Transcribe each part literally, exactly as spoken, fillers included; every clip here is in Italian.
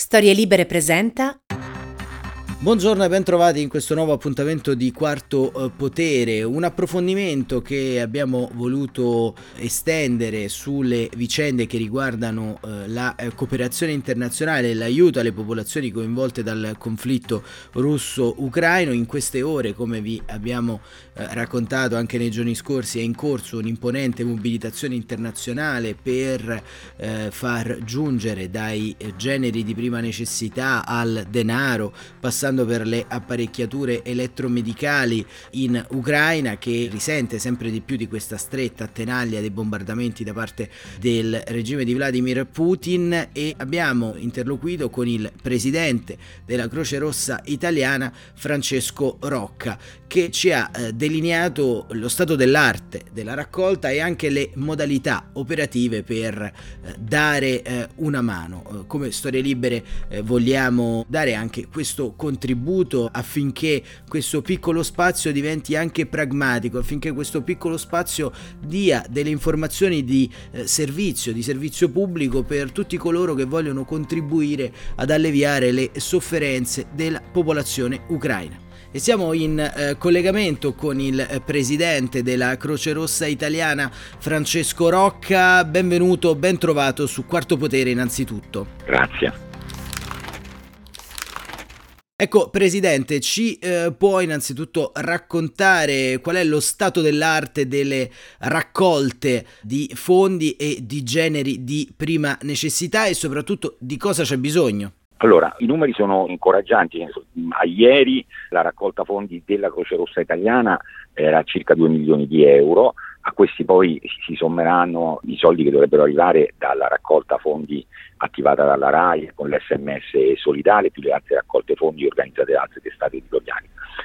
Storie Libere presenta. Buongiorno e ben trovati in questo nuovo appuntamento di Quarto eh, Potere, un approfondimento che abbiamo voluto estendere sulle vicende che riguardano eh, la eh, cooperazione internazionale e l'aiuto alle popolazioni coinvolte dal conflitto russo-ucraino. In queste ore, come vi abbiamo eh, raccontato anche nei giorni scorsi, è in corso un'imponente mobilitazione internazionale per eh, far giungere dai eh, generi di prima necessità al denaro, passando per le apparecchiature elettromedicali in Ucraina, che risente sempre di più di questa stretta tenaglia dei bombardamenti da parte del regime di Vladimir Putin. E abbiamo interloquito con il presidente della Croce Rossa italiana, Francesco Rocca, che ci ha eh, delineato lo stato dell'arte della raccolta e anche le modalità operative per eh, dare eh, una mano. Eh, come Storie Libere eh, vogliamo dare anche questo contributo contributo affinché questo piccolo spazio diventi anche pragmatico, affinché questo piccolo spazio dia delle informazioni di eh, servizio, di servizio pubblico per tutti coloro che vogliono contribuire ad alleviare le sofferenze della popolazione ucraina. E siamo in eh, collegamento con il eh, presidente della Croce Rossa italiana, Francesco Rocca. Benvenuto, ben trovato su Quarto Potere innanzitutto. Grazie. Ecco, Presidente, ci eh, può innanzitutto raccontare qual è lo stato dell'arte delle raccolte di fondi e di generi di prima necessità e soprattutto di cosa c'è bisogno? Allora, i numeri sono incoraggianti. A ieri la raccolta fondi della Croce Rossa italiana era circa due milioni di euro. A questi poi si sommeranno i soldi che dovrebbero arrivare dalla raccolta fondi attivata dalla RAI con l'esse emme esse solidale, più le altre raccolte fondi organizzate da altre testate editoriali.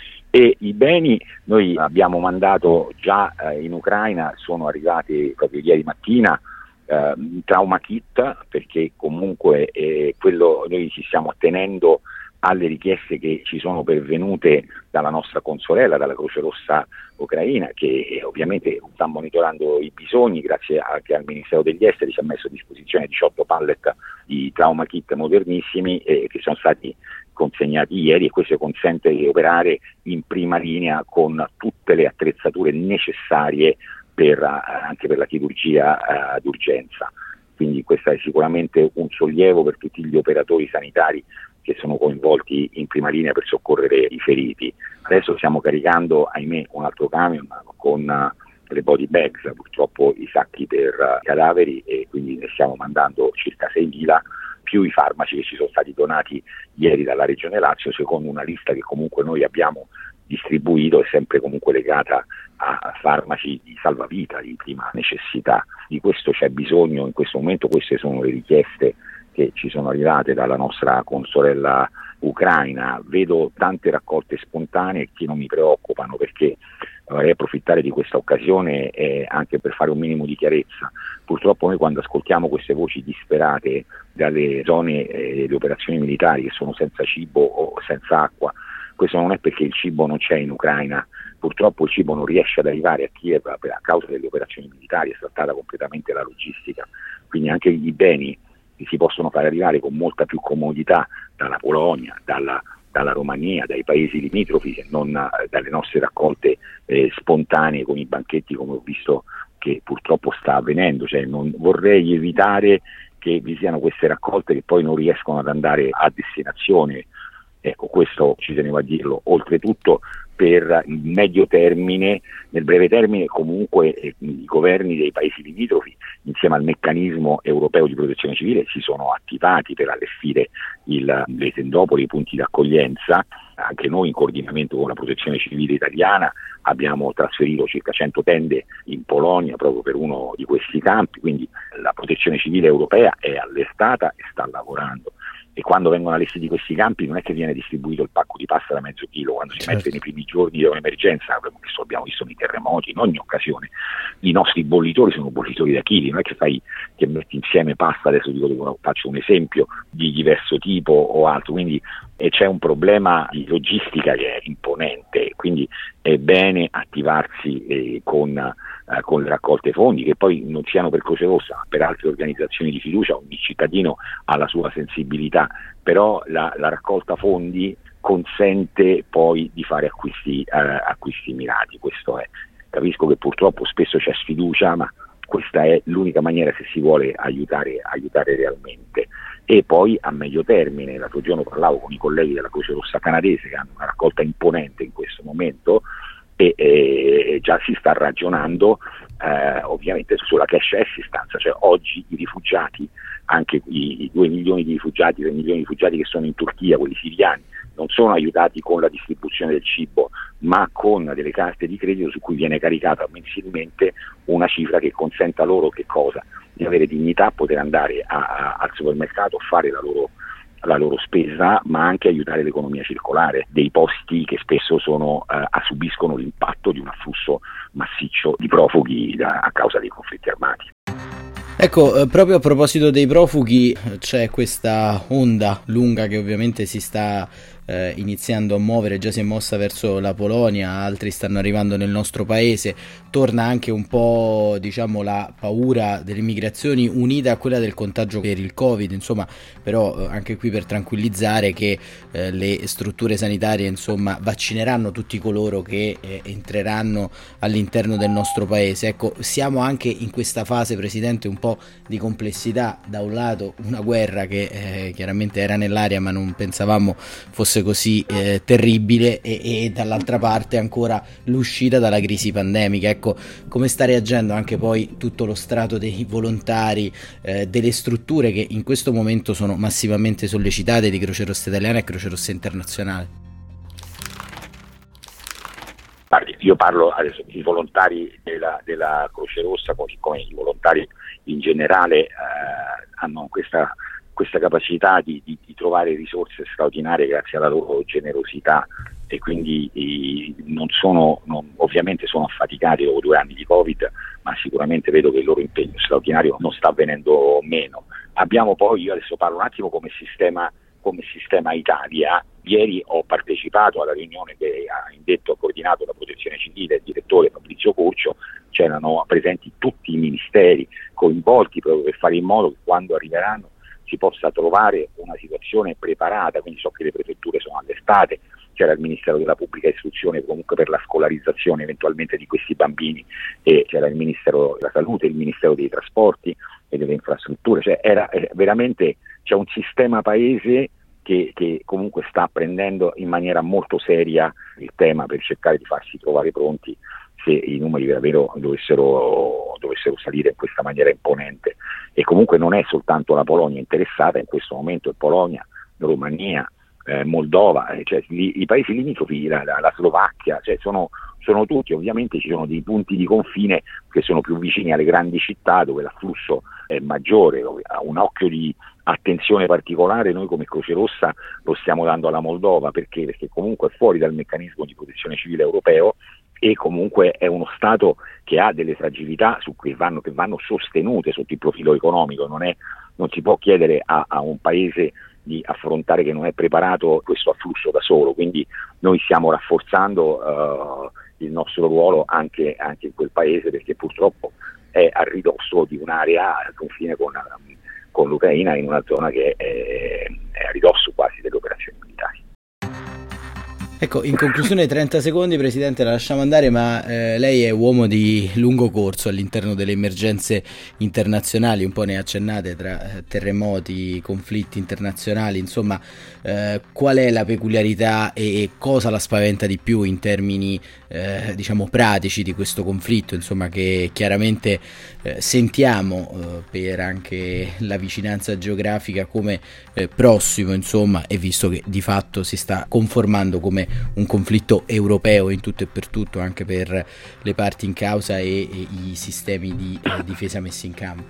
E i beni noi abbiamo mandato già eh, in Ucraina, sono arrivati proprio ieri mattina, eh, trauma kit, perché comunque eh, quello noi ci stiamo attenendo alle richieste che ci sono pervenute dalla nostra consorella, dalla Croce Rossa ucraina, che ovviamente sta monitorando i bisogni, grazie anche al Ministero degli Esteri ci ha messo a disposizione diciotto pallet di trauma kit modernissimi eh, che sono stati consegnati ieri, e questo consente di operare in prima linea con tutte le attrezzature necessarie per, anche per la chirurgia eh, d'urgenza. Quindi questo è sicuramente un sollievo per tutti gli operatori sanitari che sono coinvolti in prima linea per soccorrere i feriti. Adesso stiamo caricando, ahimè, un altro camion con uh, le body bags, purtroppo i sacchi per uh, cadaveri, e quindi ne stiamo mandando circa seimila, più i farmaci che ci sono stati donati ieri dalla Regione Lazio, secondo una lista che comunque noi abbiamo distribuito, è sempre comunque legata a farmaci di salvavita, di prima necessità. Di questo c'è bisogno in questo momento, queste sono le richieste che ci sono arrivate dalla nostra consorella ucraina. Vedo tante raccolte spontanee che non mi preoccupano, perché vorrei approfittare di questa occasione eh, anche per fare un minimo di chiarezza. Purtroppo noi, quando ascoltiamo queste voci disperate dalle zone eh, delle operazioni militari che sono senza cibo o senza acqua, questo non è perché il cibo non c'è in Ucraina. Purtroppo il cibo non riesce ad arrivare a Kiev per, a causa delle operazioni militari, è saltata completamente la logistica, quindi anche i beni che si possono fare arrivare con molta più comodità dalla Polonia, dalla, dalla Romania, dai paesi limitrofi, se non eh, dalle nostre raccolte eh, spontanee con i banchetti, come ho visto che purtroppo sta avvenendo. Cioè, non vorrei evitare che vi siano queste raccolte che poi non riescono ad andare a destinazione. Ecco, questo ci tenevo a dirlo. Oltretutto, per il medio termine, nel breve termine comunque eh, i governi dei paesi limitrofi, insieme al meccanismo europeo di protezione civile, si sono attivati per allestire il, le tendopoli, i punti d'accoglienza. Anche noi, in coordinamento con la protezione civile italiana, abbiamo trasferito circa cento tende in Polonia proprio per uno di questi campi, quindi la protezione civile europea è allertata e sta lavorando. E quando vengono allestiti questi campi non è che viene distribuito il pacco di pasta da mezzo chilo, quando si certo. mette nei primi giorni di un'emergenza, questo abbiamo visto nei terremoti, in ogni occasione. I nostri bollitori sono bollitori da chili, non è che fai che metti insieme pasta, adesso dico, faccio un esempio, di diverso tipo o altro, quindi e c'è un problema di logistica che è imponente, quindi è bene attivarsi eh, con eh, con le raccolte fondi, che poi non siano per Croce Rossa, ma per altre organizzazioni di fiducia. Ogni cittadino ha la sua sensibilità, però la, la raccolta fondi consente poi di fare acquisti, eh, acquisti mirati. Questo è. Capisco che purtroppo spesso c'è sfiducia, ma questa è l'unica maniera se si vuole aiutare, aiutare realmente. E poi a medio termine, l'altro giorno parlavo con i colleghi della Croce Rossa canadese, che hanno una raccolta imponente in questo momento, e, e già si sta ragionando eh, ovviamente sulla cash assistance, cioè oggi i rifugiati, anche i, i due milioni di rifugiati, tre milioni di rifugiati che sono in Turchia, quelli siriani, non sono aiutati con la distribuzione del cibo, ma con delle carte di credito su cui viene caricata mensilmente una cifra che consenta loro che cosa? Di avere dignità, poter andare a, a, al supermercato, fare la loro, la loro spesa, ma anche aiutare l'economia circolare dei posti che spesso sono, eh, subiscono l'impatto di un afflusso massiccio di profughi da, a causa dei conflitti armati. Ecco, eh, proprio a proposito dei profughi, c'è questa onda lunga che ovviamente si sta eh, iniziando a muovere, già si è mossa verso la Polonia, altri stanno arrivando nel nostro paese. Torna anche un po', diciamo, la paura delle migrazioni unita a quella del contagio per il Covid, insomma, però eh, anche qui per tranquillizzare che eh, le strutture sanitarie, insomma, vaccineranno tutti coloro che eh, entreranno all'interno del nostro paese. Ecco, siamo anche in questa fase, Presidente, un po' di complessità. Da un lato una guerra che eh, chiaramente era nell'aria, ma non pensavamo fosse così eh, terribile, e, e dall'altra parte ancora l'uscita dalla crisi pandemica. Ecco, come sta reagendo anche poi tutto lo strato dei volontari, eh, delle strutture che in questo momento sono massivamente sollecitate, di Croce Rossa Italiana e Croce Rossa Internazionale? Io parlo adesso di volontari della, della Croce Rossa, così come i volontari in generale eh, hanno questa, questa capacità di, di, di trovare risorse straordinarie grazie alla loro generosità, e quindi eh, non sono, non, ovviamente sono affaticati dopo due anni di Covid, ma sicuramente vedo che il loro impegno straordinario non sta avvenendo meno. Abbiamo poi, io adesso parlo un attimo come sistema come sistema Italia. Ieri ho partecipato alla riunione che ha indetto e coordinato la Protezione Civile, il direttore Fabrizio Curcio. C'erano presenti tutti i ministeri coinvolti proprio per fare in modo che quando arriveranno si possa trovare una situazione preparata, quindi so che le prefetture sono allestate, c'era il Ministero della Pubblica Istruzione comunque per la scolarizzazione eventualmente di questi bambini, e c'era il Ministero della Salute, il Ministero dei Trasporti e delle Infrastrutture, cioè era, era veramente, c'è un sistema paese che, che comunque sta prendendo in maniera molto seria il tema per cercare di farsi trovare pronti se i numeri davvero dovessero, dovessero salire in questa maniera imponente. E comunque non è soltanto la Polonia interessata in questo momento, è Polonia, Romania, eh, Moldova, eh, cioè li, i paesi limitrofi, la, la, la Slovacchia, cioè sono, sono tutti, ovviamente ci sono dei punti di confine che sono più vicini alle grandi città dove l'afflusso è maggiore, a un occhio di attenzione particolare noi come Croce Rossa lo stiamo dando alla Moldova, perché? Perché comunque è fuori dal meccanismo di protezione civile europeo, e comunque è uno Stato che ha delle fragilità su cui vanno, che vanno sostenute sotto il profilo economico. Non, è, non si può chiedere a, a un paese di affrontare, che non è preparato, questo afflusso da solo, quindi noi stiamo rafforzando uh, il nostro ruolo anche, anche in quel paese, perché purtroppo è a ridosso di un'area al confine con, con l'Ucraina, in una zona che è, è a ridosso quasi delle operazioni militari. Ecco, in conclusione, trenta secondi, Presidente, la lasciamo andare, ma eh, lei è uomo di lungo corso all'interno delle emergenze internazionali, un po' ne accennate, tra eh, terremoti, conflitti internazionali, insomma, eh, qual è la peculiarità e, e cosa la spaventa di più in termini, eh, diciamo, pratici di questo conflitto, insomma, che chiaramente eh, sentiamo eh, per anche la vicinanza geografica come eh, prossimo, insomma, e visto che di fatto si sta conformando come un conflitto europeo in tutto e per tutto, anche per le parti in causa e, e i sistemi di eh, difesa messi in campo?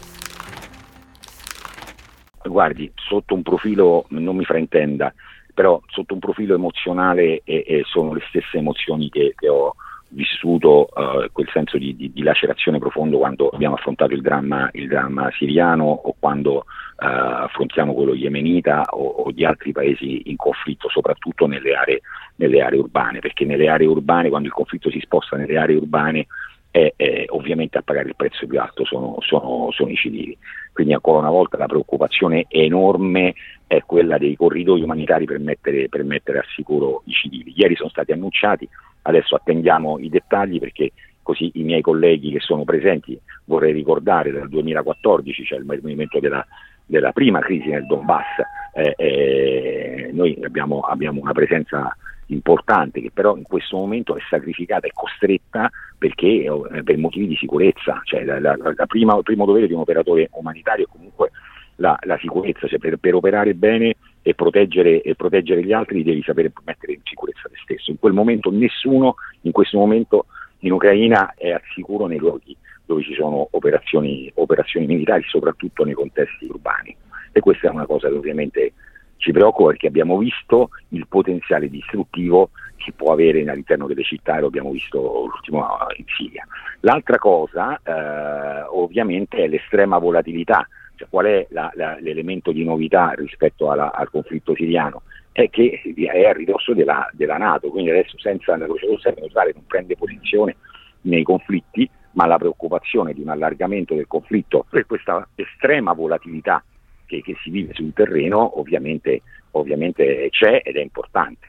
Guardi, sotto un profilo, non mi fraintenda, però sotto un profilo emozionale e, e sono le stesse emozioni che, che ho vissuto, uh, quel senso di, di, di lacerazione profondo quando abbiamo affrontato il dramma, il dramma siriano, o quando uh, affrontiamo quello yemenita o, o di altri paesi in conflitto, soprattutto nelle aree, nelle aree urbane, perché nelle aree urbane, quando il conflitto si sposta nelle aree urbane, e eh, ovviamente a pagare il prezzo più alto sono, sono, sono i civili. Quindi ancora una volta la preoccupazione enorme è quella dei corridoi umanitari per mettere, per mettere al sicuro i civili. Ieri sono stati annunciati, adesso attendiamo i dettagli, perché così i miei colleghi che sono presenti, vorrei ricordare dal duemilaquattordici, cioè il movimento della, della prima crisi nel Donbass, eh, eh, noi abbiamo, abbiamo una presenza importante che però in questo momento è sacrificata e costretta perché eh, per motivi di sicurezza, cioè la, la, la prima, il primo dovere di un operatore umanitario è comunque la, la sicurezza, cioè per, per operare bene e proteggere, e proteggere gli altri devi sapere mettere in sicurezza te stesso. In quel momento nessuno in questo momento in Ucraina è al sicuro nei luoghi dove ci sono operazioni, operazioni militari, soprattutto nei contesti urbani, e questa è una cosa che ovviamente ci preoccupa, perché abbiamo visto il potenziale distruttivo che può avere all'interno delle città, e lo abbiamo visto l'ultimo in Siria. L'altra cosa eh, ovviamente è l'estrema volatilità, cioè qual è la, la, l'elemento di novità rispetto alla, al conflitto siriano? È che è a ridosso della, della NATO, quindi adesso senza la Croce Rossa neutrale non prende posizione nei conflitti, ma la preoccupazione di un allargamento del conflitto per questa estrema volatilità che, che si vive sul terreno ovviamente, ovviamente c'è ed è importante.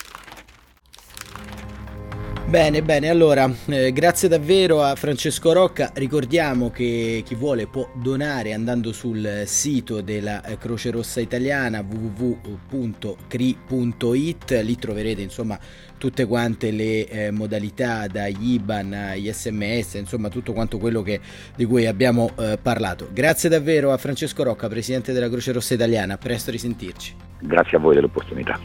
Bene, bene, allora eh, grazie davvero a Francesco Rocca. Ricordiamo che chi vuole può donare andando sul sito della Croce Rossa Italiana w w w punto c r i punto i t, lì troverete insomma tutte quante le eh, modalità, dagli I B A N agli S M S, insomma tutto quanto quello che, di cui abbiamo eh, parlato. Grazie davvero a Francesco Rocca, presidente della Croce Rossa Italiana, a presto risentirci. Grazie a voi dell'opportunità.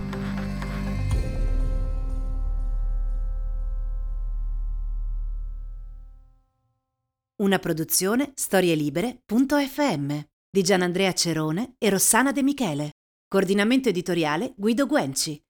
Una produzione storielibere punto effe emme di Gianandrea Cerone e Rossana De Michele. Coordinamento editoriale Guido Guenci.